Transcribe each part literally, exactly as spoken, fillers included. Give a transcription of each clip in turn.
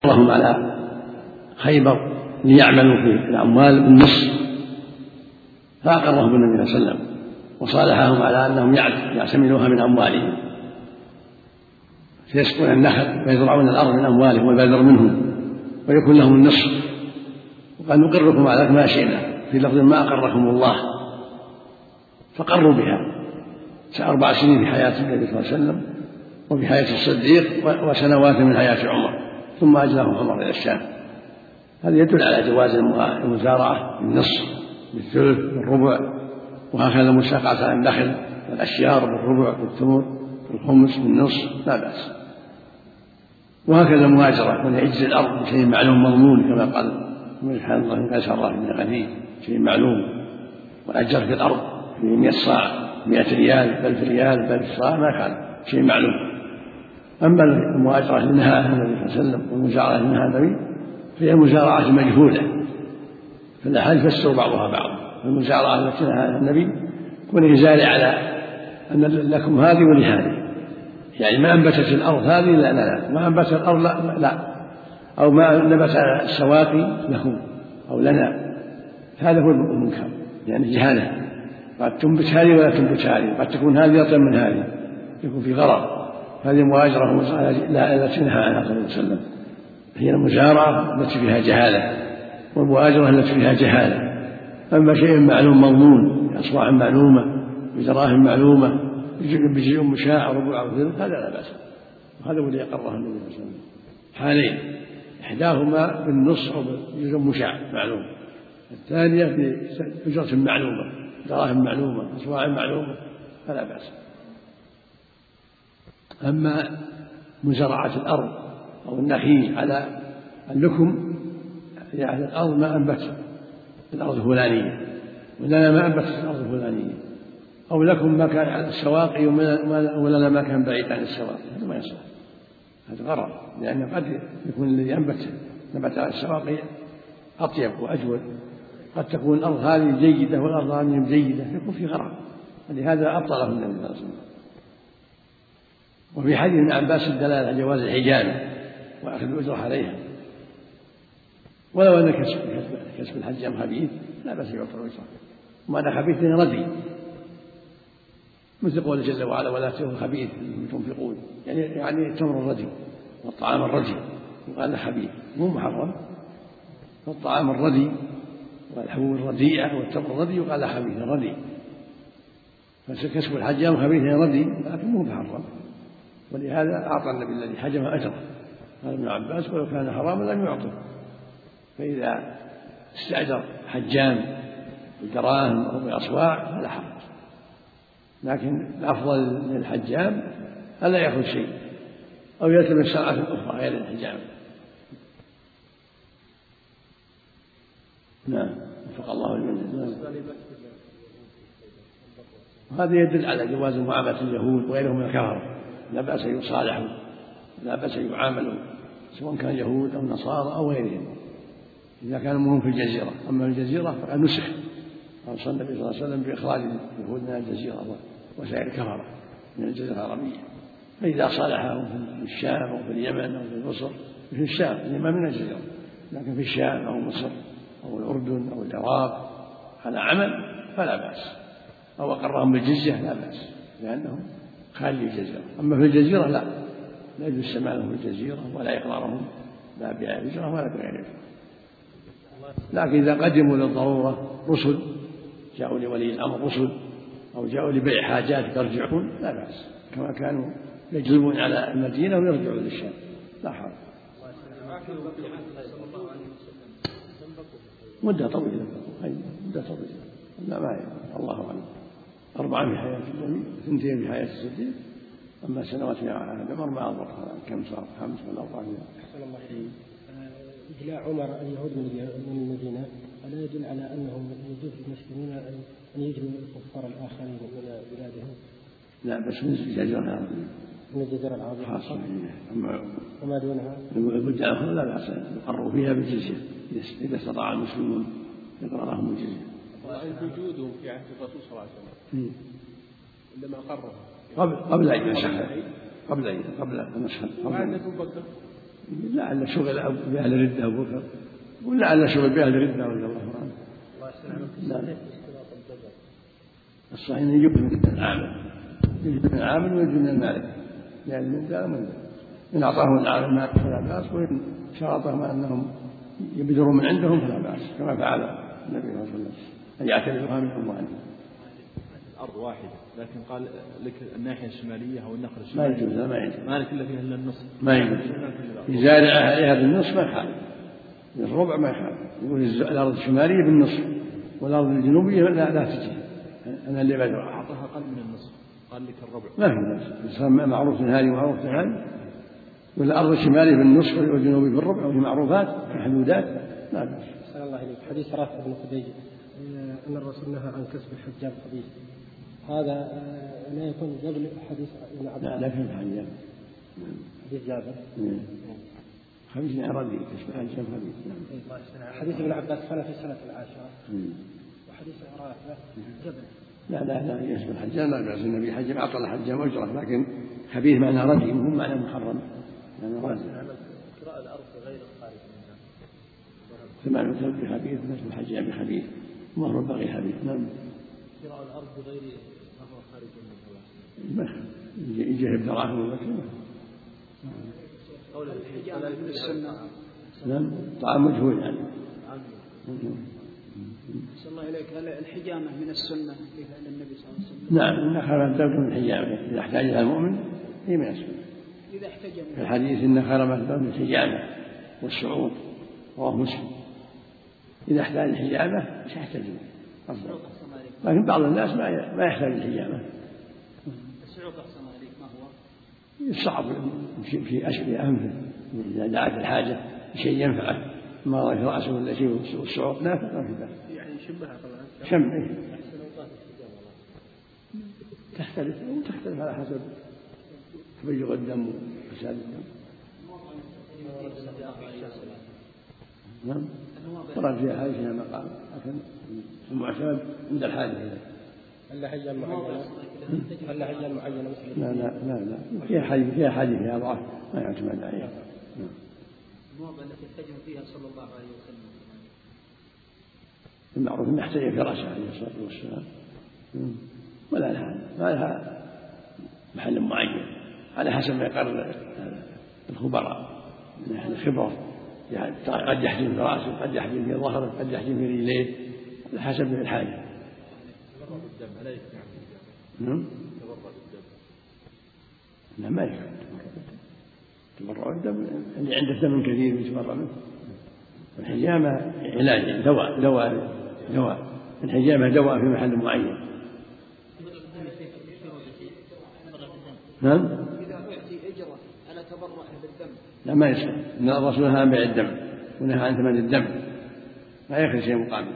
اللهم على خيبر ليعملوا في الأموال بالنصف، فأقرهم النبي صلى الله عليه وسلم وصالحهم على أنهم يعتملوها من أموالهم، فيسقون النخل ويزرعون الأرض من أموالهم والبذر منهم ويكون لهم النصف، وقال نقركم على ما شئنا، في لفظ ما أقركم الله، فقروا بها أربع سنين في حياة النبي صلى الله عليه وسلم وفي حياة الصديق وسنوات من حياة عمر، ثم أجلاهم عمر إلى الشام. هذا يدل على جواز المزارعة بالنصف بالثلث بالربع، وهكذا مساقعة النخل والأشجار بالربع بالثمر بالخمس بالنصف لا بأس. وهكذا المهاجرة من يجزي الأرض بشيء معلوم مضمون كما قال سبحان الله من قيس الله بن غني شيء معلوم، والأجر في الأرض في مئة صاع مئة ريال بل في ريال بل في صاع ما كان شيء معلوم. أما المهاجرة التي نهى عنها النبي صلى الله عليه وسلم والمزارعة التي نهى النبي فهي مزارعة مجهولة، فالأحاديث فسروا بعضها بعضا. المزارعة التي نهى عنها النبي كون يزارع على أن لكم هذه ولهذه، يعني ما أنبتت الأرض هذه لا لا لا ما أنبتت الأرض لا, لا أو ما نبت السواقي لكم أو لنا، هذا هو المنكر، يعني جهالة، قد تنبت هذه ولا تنبت هذه، قد تكون هذه أطيب من هذه، يكون في غرض. هذه المهاجرة التي نهى عنها صلى الله عليه وسلم هي المزارعة التي فيها جهالة، والمهاجرة التي فيها جهالة. أما شيء معلوم مضمون بأصواع معلومة بدراهم معلومة بجزء مشاع وربع وثلث هذا لا بأس، وهذا الذي أقره النبي صلى الله عليه وسلم حالين، إحداهما بالنصف أو بجزء مشاع معلوم، الثانية بأجرة معلومة دراهم معلومة أصواع معلومة فلا بأس. أما مزارعة الأرض أو النخيل على اللكم يعني الأرض ما أنبت الأرض الفلانية ولنا ما أنبت الأرض الفلانية، أو لكم ما كان على السواقي ولنا ما كان بعيد عن السواقي، هذا ما يصلح، هذا غرض، لأن قد يكون الذي ينبت نبت على السواقي أطيب وأجود، قد تكون الأرض هذه جيدة والأرض هذه جيدة، يكون في غرض، ولهذا أبطله النبي صلى الله عليه وسلم. وفي حديث ابن عباس الدلالة على جواز الحجامة وأخذ الأجرة عليها، ولو أن كسب كسب الحجام خبيث لا بأس يعطى الأجرة، ومعنى خبيث ردي، مثل قوله جل وعلا ولا تأكلوا خبيث تنفقون، يعني يعني التمر الردي والطعام الردي وقال خبيث مو محرم، فالطعام الردي والحبوب الرديئة والتمر الردي وقال خبيث ردي، فكسب الحجام خبيث ردي لكن مو محرم، ولهذا أعطى النبي الذي حجم أجره. قال ابن عباس ولو كان حراما لم يعطه، فإذا استأجر حجام بدراهم أو بأصواع فلا حرج، لكن الأفضل للحجام ألا يأخذ شيء أو يلتمس صنعة أخرى غير الحجام. نعم وفق الله الجميع. هذا يدل على جواز معاملة اليهود وغيرهم من الكفر، لا بأس أن يصالحوا لا بأس أن يعاملوا سواء كان يهود أو نصارى أو غيرهم إذا كانوا منهم في الجزيرة. أما الجزيرة فقد نسخ، أوصى النبي صلى الله عليه وسلم بإخراج اليهود من الجزيرة وسائر الكفرة من الجزيرة العربية، فإذا صالحهم في الشام أو في اليمن أو في مصر، في الشام ما من الجزيرة، لكن في الشام أو مصر أو الأردن أو العراق على عمل فلا بأس، أو أقرهم بالجزية لا بأس لأنهم خالي الجزيرة. أما في الجزيرة لا لا يجوز استعمالهم في الجزيرة ولا إقرارهم لا بهجرة ولا بغيرها. لكن إذا قدموا للضرورة رسل جاءوا لولي الأمر رسل أو جاءوا لبيع حاجات يرجعون لا بأس، كما كانوا يجلبون على المدينة ويرجعون للشام لا حرج. مدة طويلة مدة طويلة لا ما الله أعلم، أربعة في حياة النبي اثنتين في حياة الصديق، أما سنوات في عهد عمر ما أضبط كم صار خمس ولا أربعة. أحسن الله إليك. إجلاء عمر اليهود من المدينة ألا يدل على أنهم يجوز للمسلمين أن يجلوا الكفار الآخرين من بلادهم؟ لا بس من الجزيرة العربية من الجزيرة العربية خاصة، وما دونها البلدان الأخرى لا بأس يقروا فيها بالجزية إذا استطاع المسلمون يقرأ لهم الجزية. وجودهم في عهد الرسول صلى الله عليه وسلم عندما أقرهم قبل قبل أن ينسخ قبل أن قبل المسخ وعهد أبو بكر لعل شغل بأهل الردة أبو بكر ولعل شغل بأهل الردة رضي الله عنه. الصحيح أن يجب من العامل يجب من العامل ويجب من المالك يعني من ذا من إن أعطاه العامل مالك فلا بأس وإن شرطهم أنهم يبذرون من عندهم فلا بأس كما فعل النبي صلى الله عليه وسلم أن يعتبرها منهم وعنهم. الأرض واحدة لكن قال لك الناحية الشمالية أو النخل ما الشمالي يجوز ما يجوز ما لك إلا فيها إلا النصف ما يجوز يزارع عليها بالنصف ما يخالف الربع ما يخالف يقول الأرض الشمالية بالنصف والأرض الجنوبية لا لا تجي أنا اللي بدر أعطاها أقل من النصف قال لك الربع ما في ناس معروف هذه ومعروف هذه والأرض الشمالية بالنصف والجنوبية بالربع وهي معروفات في حدودات لا بأس. صلى الله عليه حديث رافع بن خديج أن الرسول نهى عن كسب الحجام خبيث هذا لا يكون قبل حديث ابن عباس لا لا في الحجام حديث جابر خمسين أراضي كسب الحجام خبيث حديث ابن عباس كان في السنة العاشرة وحديث رافع جبل لا لا لا يسمى الحجام لا بأس النبي حجم أعطى الحجام أجرة لكن خبيث معنى ردي وهم معنى محرم معنى ردي قراءة الأرض غير الخارج منها سمعنا مثل بخبيث مثل الحجام بخبيث مهر البغي خبيث نعم قراءة الأرض بغير ما هو خارج منها يجي الدراهم والبكر قول الحجام من السنة نعم طعام مجهول يعني صلى الله عليك هل الحجامة من السنة لفعل النبي صلى الله عليه وسلم؟ نعم إن خير الزوج من الحجامة إذا احتاجها المؤمن هي من السنة. إذا احتجم في الحديث إن خير ما الزوج من الحجامة والصعود رواه مسلم إذا احتاج الحجامة مش يحتجم لكن بعض الناس ما ما يحتاج الحجامة. السعود أحسن عليك ما هو؟ يصعب في أشبه أنفه إذا دعت الحاجة بشيء ينفعه ما في رأسه ولا شيء والصعوق نافع ما في بأس يعني شبهها طبعا شم تختلف وتختلف على حسب تبلغ الدم وفساد الدم. نعم ورد فيها حاجة فيها مقام لكن المعتمد عند الحاجة إليه. هل حجة معينة؟ هل حجة معينة مثل لا لا لا لا فيها حاجة فيها حاجة فيها ضعف ما يعتمد عليها. المواضع التي احتجم فيها صلى الله عليه وسلم المعروف أن يحتاج فراشة عليه الصلاة والسلام ولا لها ما لها محل معين على حسب ما يقرر الخبراء من أهل الخبرة يعني قد يحجم في رأسه قد يحجم في ظهره قد يحجم في رجليه على حسب الحاجة. نعم لا ما يكفي تبرع الدم اللي عنده دم كثير يتبرع منه. الحجامة علاج دواء دواء دواء الحجامة دواء في محل معين. نعم إذا أعطي أجرة على تبرعه بالدم لا ما يصح إن الرسول نهى عن بيع الدم ونهى عن ثمن الدم لا يخرج شيء مقابل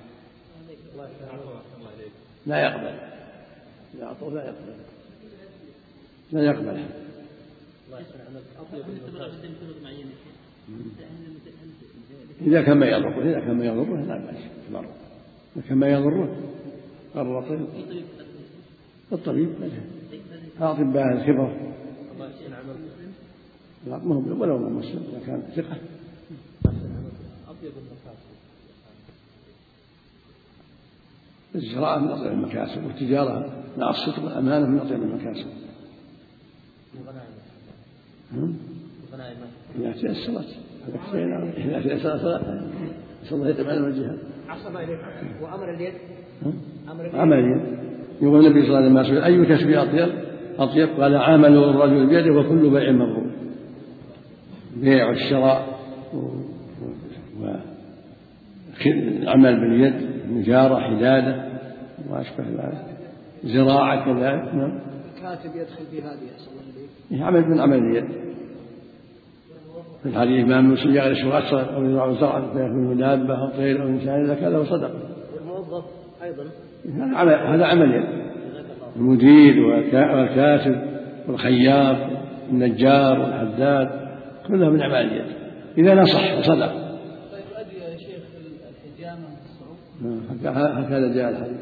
لا يقبل لا أعطوه لا يقبل لا يقبل إذا كان ما يضره إذا كان ما يضره لا بأس إذا كان ما يضره قرر الطبيب الطبيب أطباء الخبرة لا ما هو ولو ما مسلم إذا كان ثقة. الزراعة من أطيب المكاسب والتجارة مع الصدق والأمانة من أطيب المكاسب. إذا تيسرت إذا تيسرت صلى الله يتبع الجهاد. وأمر اليد عمل اليد يقول النبي صلى الله عليه وسلم أي كسب أطيب أطيب قال عمل الرجل بيده وكل بيع مبرور. بيع الشراء والعمل باليد نجارة حدادة وأشبه ذلك زراعة كذلك. نعم الكاتب يدخل في هذه صلى الله عليه عمل من عمل اليد في الحديث ما من سيارة الشغل أو يزرع زرعا فيكون دابة أو طير أو إنسان إذا كان له صدقة. والموظف أيضا هذا عمل يد المدير والكاتب والخياط والنجار والحداد كلها من أعمال اليد إذا نصح وصدق. طيب أدري يا شيخ الحجامة الصعود هكذا جاء الحديث.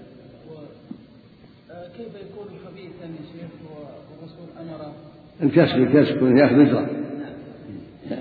كيف يكون خبيثا يا شيخ والرسول أمر الكسب الكسب يأخذ أجرة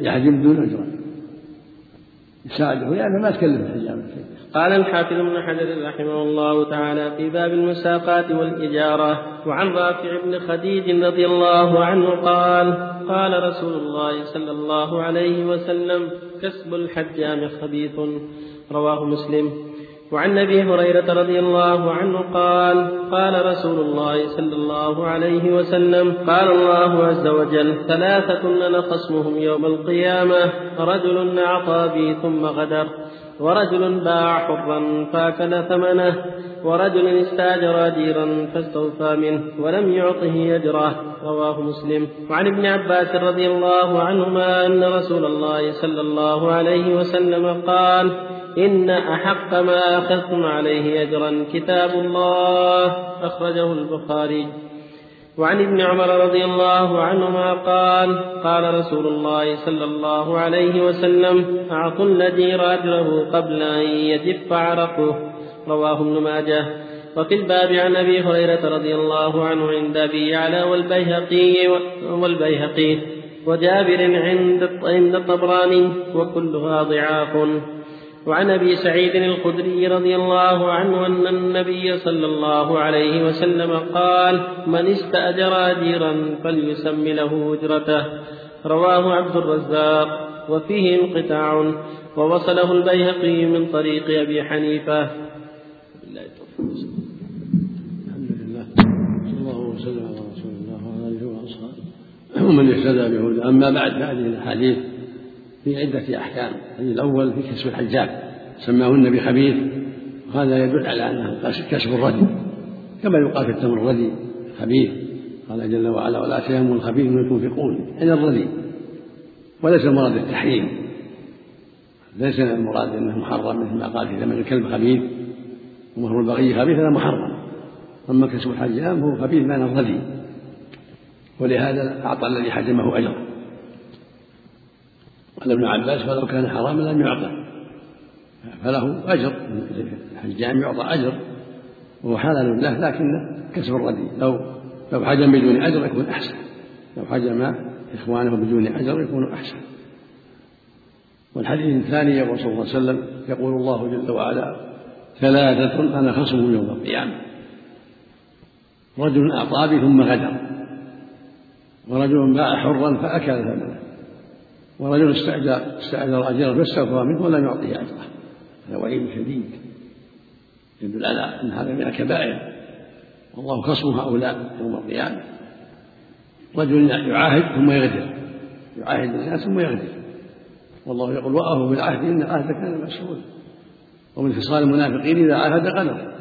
يحجم بدون أجر يساعده يعني ما تكلف الحجامة. قال الحافظ ابن حجر رحمه الله تعالى في باب المساقات والإجارة: وعن رافع بن خديج رضي الله عنه قال: قال رسول الله صلى الله عليه وسلم: كسب الحجام خبيث. رواه مسلم. وعن أبي هريرة رضي الله عنه قال: قال رسول الله صلى الله عليه وسلم: قال الله عز وجل: ثلاثة أنا خصمهم يوم القيامة: رجل أعطى بي ثم غدر، ورجل باع حرا فاكل ثمنه، ورجل استاجر أجيرا فاستوفى منه ولم يعطه أجره. رواه مسلم. وعن ابن عباس رضي الله عنهما أن رسول الله صلى الله عليه وسلم قال: إن أحق ما أخذتم عليه أجرا كتاب الله. أخرجه البخاري. وعن ابن عمر رضي الله عنهما قال: قال رسول الله صلى الله عليه وسلم: أعطوا الأجير أجره قبل أن يجف عرقه. رواه ابن ماجه. وفي الباب عن أبي هريرة رضي الله عنه عند أبي يعلى والبيهقي والبيهقي وجابر عند الطبراني وكلها ضعاف. وعن أبي سعيد الخدري رضي الله عنه أن النبي صلى الله عليه وسلم قال: من استأجر أجيرا فليسم له أجرته. رواه عبد الرزاق وفيه انقطاع، ووصله البيهقي من طريق أبي حنيفة. الحمد لله صلى الله وسلم على رسول الله وعلى آله وأصحابه ومن اهتدى بهداه. أما بعد، هذه الأحاديث في عدة أحكام. الحديث الأول في كسب الحجام، سماه النبي خبيث، وهذا يدل على أنه كسب الردي، كما يقال في التمر الردي خبيث. قال جل وعلا: ولا تيمموا الخبيث مما تنفقون، عن الردي. وليس المراد التحريم، ليس المراد أنه محرم مثل ما قال في ثمن الكلب خبيث ومهر البغي خبيث، هذا محرم. أما كسب الحجام هو خبيث معنى الردي، ولهذا أعطى الذي حجمه أجر. قال ابن عباس: فلو كان حراما لم يعطى، فله أجر، الحجام يعطى أجر وهو حلال له، لكنه كسب الردي. لو لو حجم بدون أجر يكون أحسن، لو حجم إخوانه بدون أجر يكون أحسن. والحديث الثاني يقول صلى الله عليه وسلم: يقول الله جل وعلا: ثلاثة أنا خصمهم يوم القيامة: رجل أعطى بي ثم غدر، ورجل باع حرا فأكل ثمنه، ورجل استأجر استأجر أجيرا فاستوفى منه ولم يعطه أجره. هذا وعيد شديد يدل على أن هذا من الكبائر، والله خصم هؤلاء يوم القيامة. رجل يعاهد ثم يغدر، يعاهد الناس ثم يغدر، والله يقول: وأوفوا بالعهد إن العهد كان مسؤولا. ومن خصال المنافقين إذا عاهد غدر.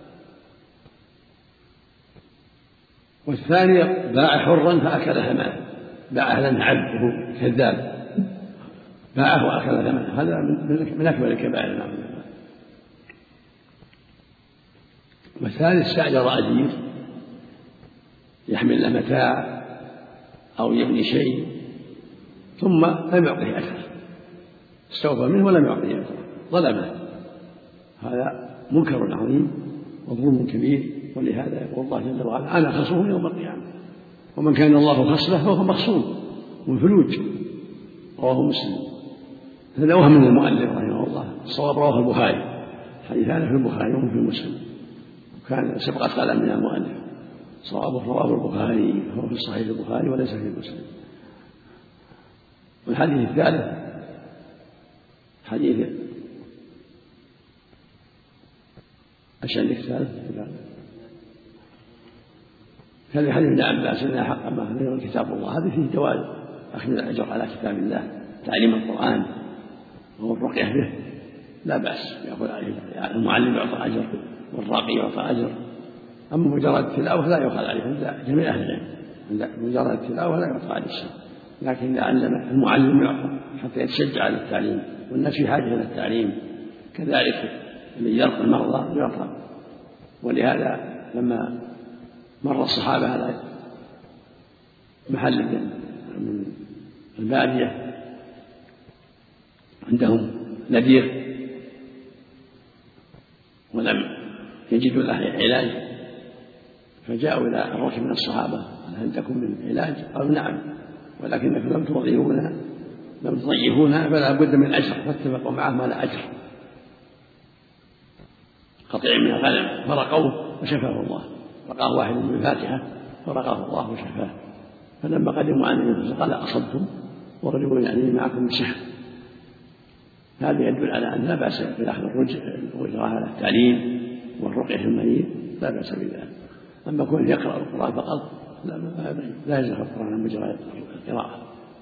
والثاني باع حرا فأكل ثمنه، باع أهلا عبد وهو كذاب، باعه وأكل ثمنه، هذا من أكبر الكبائر. نعم. والثالث استأجر أجير يحمل له متاع أو يبني شيء ثم لم يعطه أجر، استوفى منه ولم يعطه أجر، ظلمه. هذا منكر عظيم وظلم كبير. ولهذا يقول الله جل وعلا: أنا خصمهم يوم القيامة. ومن كان الله خصمه فهو مخصوم وفلوج. رواه مسلم. هذا وهم من المؤلف رحمه الله. الصواب رواه البخاري، حديثان في البخاري وفي مسلم، وكان سبقت قلم من المؤلف. صواب رواه البخاري، هو في صحيح البخاري وليس في مسلم. والحديث الثالث حديث أشهد الثالث كان حديث ابن عباس: إن أحق ما أخذ كتاب الله. هذا فيه جواز أخذ الأجر على كتاب الله، تعليم القرآن والرقية به لا بأس يأخذ عليه. يعني المعلم يعطى أجر والراقي يعطى أجر. أما مجرد التلاوة لا يؤخذ عليه عند جميع أهل العلم، عند مجرد التلاوة لا يعطى عليه الشيء، لكن إذا علم المعلم يعطى حتى يتشجع على التعليم، والناس في حاجة إلى التعليم. كذلك الذي يرقى المرضى يعطى. ولهذا لما مر الصحابة على محل من البادية عندهم نذير ولم يجدوا له علاج، فجاءوا إلى الركب من الصحابة: هل عندكم من علاج؟ قالوا: نعم، ولكنكم لم ترضعونا لم تضيفونها فلا بد من أجر، فاتفقوا معه ما لا أجر. قطيع من الغنم فرقوه وشفاه الله، رقاه واحد بالفاتحة فرقاه الله وشفاه. فلما قدموا عن النبي قال أصبتم ورجل يعني معكم بسحر. هذا يدل على أن لا بأس بأخذ الرجرة على التعليم والرقية في المريض، لا بأس بذلك. أما كون يقرأ القرآن فقط لا لا يزهر القرآن مجرد القراءة.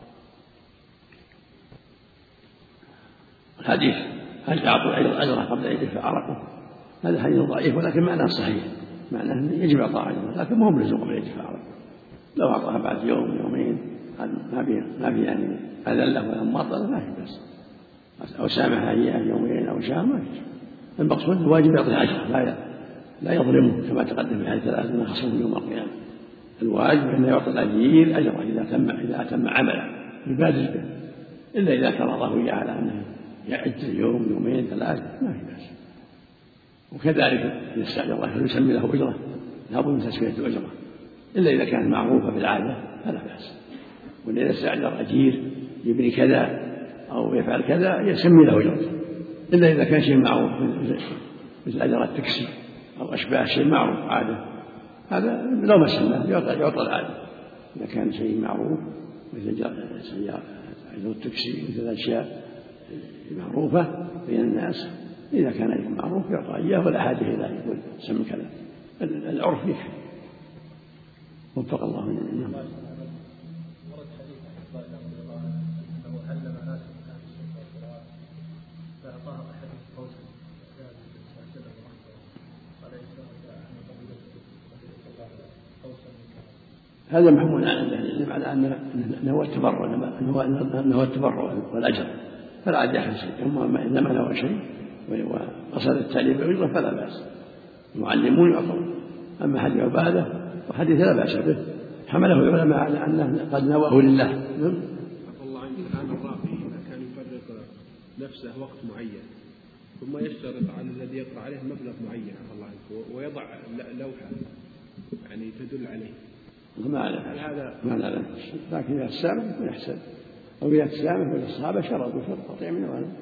الحديث هل تعطوا أجره قبل أن يدفع عرقه؟ هذا حديث ضعيف ولكن معناه صحيح، معناه أنه يجب إعطاء أجره لكن مو بلزوم قبل أن يدفع عرقه. لو أعطاها بعد يوم يومين ما في ما في يعني أذله ولا مطر ما في بس، أو سامح إياه يومين أو شهر ما في. المقصود الواجب يعطي أجره، لا لا يظلمه كما تقدم في الحديث الذين خصموا يوم القيامة. الواجب أن يعطي الأجير أجره إذا تم إذا أتم عمله يبادر به، إلا إذا كان الله إياه على أنه يأجل يوم يومين ثلاثة ما في بأس. وكذلك إذا استأجر الله فيسمي له أجرة لا بد من تسمية الأجرة، إلا إذا كانت معروفة بالعادة فلا بأس. وإذا استأجر أجير يبني كذا أو يفعل كذا يسمي له أجرة، إلا إذا كان شيء معروف مثل أجر التكسي أو أشباه شيء معروف عادة، هذا لو ما سماه يعطى يعطى العادة. إذا كان شيء معروف مثل أجر التكسي مثل الأشياء معروفة بين الناس، إذا كان معروف يعطى إياه ولا حاجة إلى يقول سمي كذا، العرف يكفي. وفق الله من الإمام. ورد حديث عن رضي الله عنه أنه علم ناس من أهل السنة والقرآن فأعطاهم أحدهم قوسا قال هذا محمول عن العلم على أنه هو التبرع أنه هو التبرع والأجر فلا عاد يحل شيء، إنما نوى شيء وقصد التعليم بالأجرة فلا بأس، المعلمون يعطون. أما حديث عبادة وحديث لا بأس به حمله العلماء على أنه قد نواه لله. عفى الله عنك. الآن الراقي إذا كان يفرق نفسه وقت معين ثم يشترط على الذي يقرأ عليه مبلغ معين عفى الله عنك ويضع لوحة يعني تدل عليه، ما أعلم هذا ما أعلم، لكن إذا السامح يكون أحسن، أو إذا السامح والأصحاب شرطوا شرط قطيع من العلم.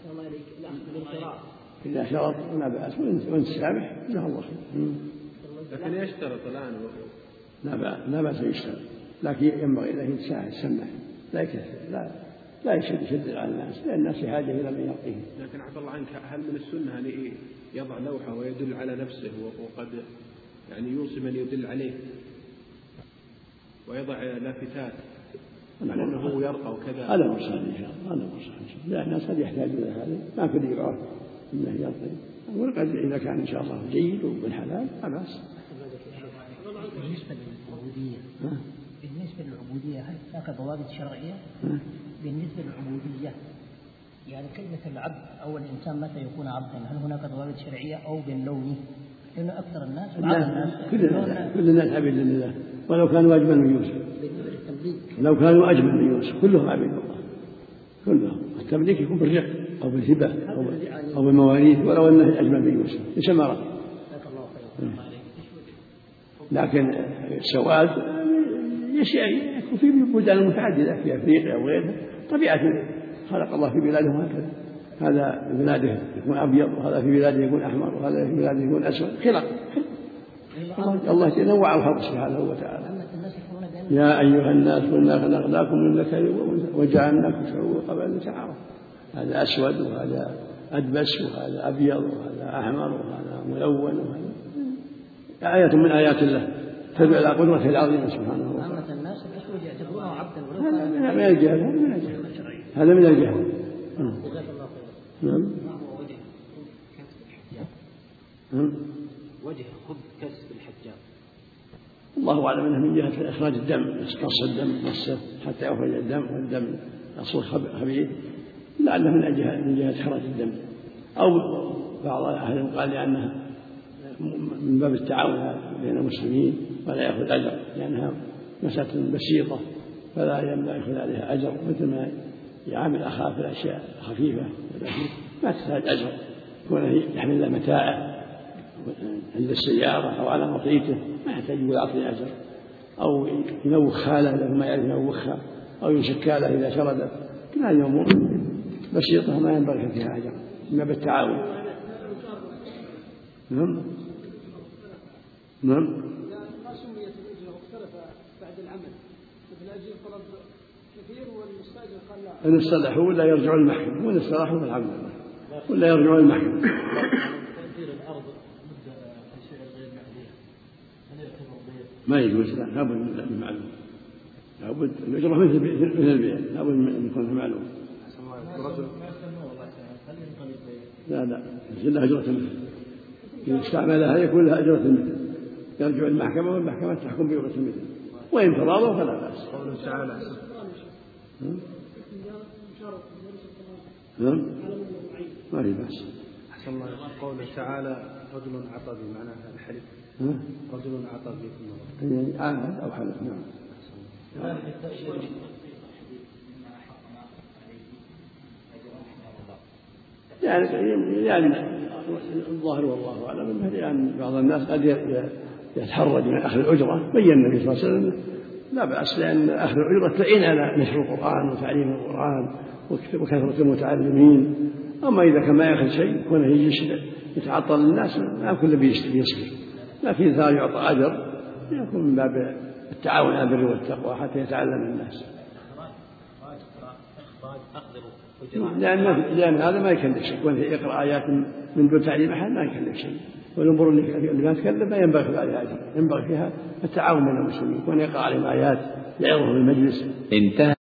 إذا شرط لا بأس وأنت سامح جزاه الله خير. لكن يشترط الآن لا بأس لا بأس يشترط، لكن ينبغي له يتساهل يسمح لا يكثر لا لا يشد يشد على الناس لأن الناس في حاجة إلى من يعطيه. لكن عفى الله عنك هل من السنة أن يضع لوحة ويدل على نفسه وقد يعني يوصي من يدل عليه ويضع لافتات لأنه يرقى وكذا؟ هذا مرسل إن شاء الله، هذا مرسل إن شاء الله، لأن الناس قد يحتاجون إلى هذا ما كل يعرف إنه يرقي، وقد إذا كان إن شاء الله جيد وبالحلال لا بأس. بالنسبة للعبودية بالنسبة للعبودية هل هناك ضوابط شرعية؟ بالنسبة للعبودية يعني كلمة العبد أو الإنسان متى يكون عبدا، هل هناك ضوابط شرعية أو باللون؟ لأن أكثر الناس بعض الناس كل الناس عبيد لله ولو كانوا أجمل من يوسف، لو كانوا أجمل من يوسف كلهم عبيد الله كلهم. التمليك يكون بالرق أو بالهبة أو, أو بالمواريث ولو أنه أجمل من يوسف يسمى رقم. لكن السواد يكون في بلدان متعددة في أفريقيا وغيرها طبيعة خلق الله في بلادهم هكذا، هذا في بلاده يكون أبيض وهذا في بلاده يكون أحمر وهذا في بلاده يكون أسود، خلق الله تنوع الخلق سبحانه وتعالى. يا أيها الناس إنا خلقناكم من ذكر وأنثى وجعلناكم شعوبا وقبائل لتعارفوا، هذا أسود وهذا أدبس وهذا أبيض وهذا أحمر وهذا ملون، وهذا آية من آيات الله تدل على قدرته العظيمة سبحانه وتعالى. عامة الناس الأسود يعتبرونه عبدا هذا من الجهل، هذا من الجهل. نعم. وجه خب كسب الحجاب الله أعلم أنه من جهة إخراج الدم، نص الدم نصه حتى يخرج الدم والدم يصير خبيث، لعله من جهة من جهة إخراج الدم، أو بعض أهل قال لأنها من باب التعاون بين المسلمين ولا يأخذ أجر لأنها مسألة بسيطة فلا ينبغي يأخذ عليها أجر، مثل ما يعامل أخاه في الأشياء خفيفة ما تحتاج أجر، كونه يحمل له متاعه عند السيارة أو على مطيته ما يحتاج إلى أعطي أجر، أو ينوخ خاله إذا ما يعرف ينوخها، أو يمسك كاله إذا شردت كل هذه أمور بسيطة ما ينبغي فيها أجر إما بالتعاون. نعم نعم. ما سميت الأجرة واختلف بعد العمل مثل أجر طلب كثير والمستأجر قال لا. إن اصطلحوا ولا يرجعوا المحكمة وإن اصطلحوا فالحمد لله ولا يرجعوا المحكمة. تأجير الأرض مدة سعر غير معلوم هل يعتبر بيع؟ ما يجوز لا لابد من معلوم لابد الأجرة مثل مثل البيع لابد من يكون معلوم. لا لا يصير لها أجرة مثل إذا استعملها يكون لها أجرة مثل يرجع المحكمة والمحكمة تحكم بأجرة مثل وإن تراضوا فلا بأس. قوله تعالى نعم ما في بأس. أحسن الله قوله تعالى رجل عطى بمعنى الحلف رجل عطى بكم يعني عاهد أو حلف. نعم. يعني يعني الظاهر والله أعلم أنه يعني بعض الناس قد يتحرج من أخذ الأجرة. بين النبي صلى الله عليه وسلم لا بأس لأن أخذ الأجرة تعين على نشر القرآن وتعليم القرآن وكثرة المتعلمين. أما إذا كان ما يأخذ شيء كونه يجلس يتعطل الناس ما كل بيصبر لكن إذا يعطى أجر يكون من باب التعاون على البر والتقوى حتى يتعلم الناس. لأن, لأن هذا ما يكلف شيء كونه يقرأ آيات من دون تعليم أحد ما يكلف شيء والأمور اللي ما تكلف ما ينبغي فيها الأجر ينبغي فيها التعاون بين المسلمين كونه يقرأ عليهم آيات يعظهم المجلس. انتهى.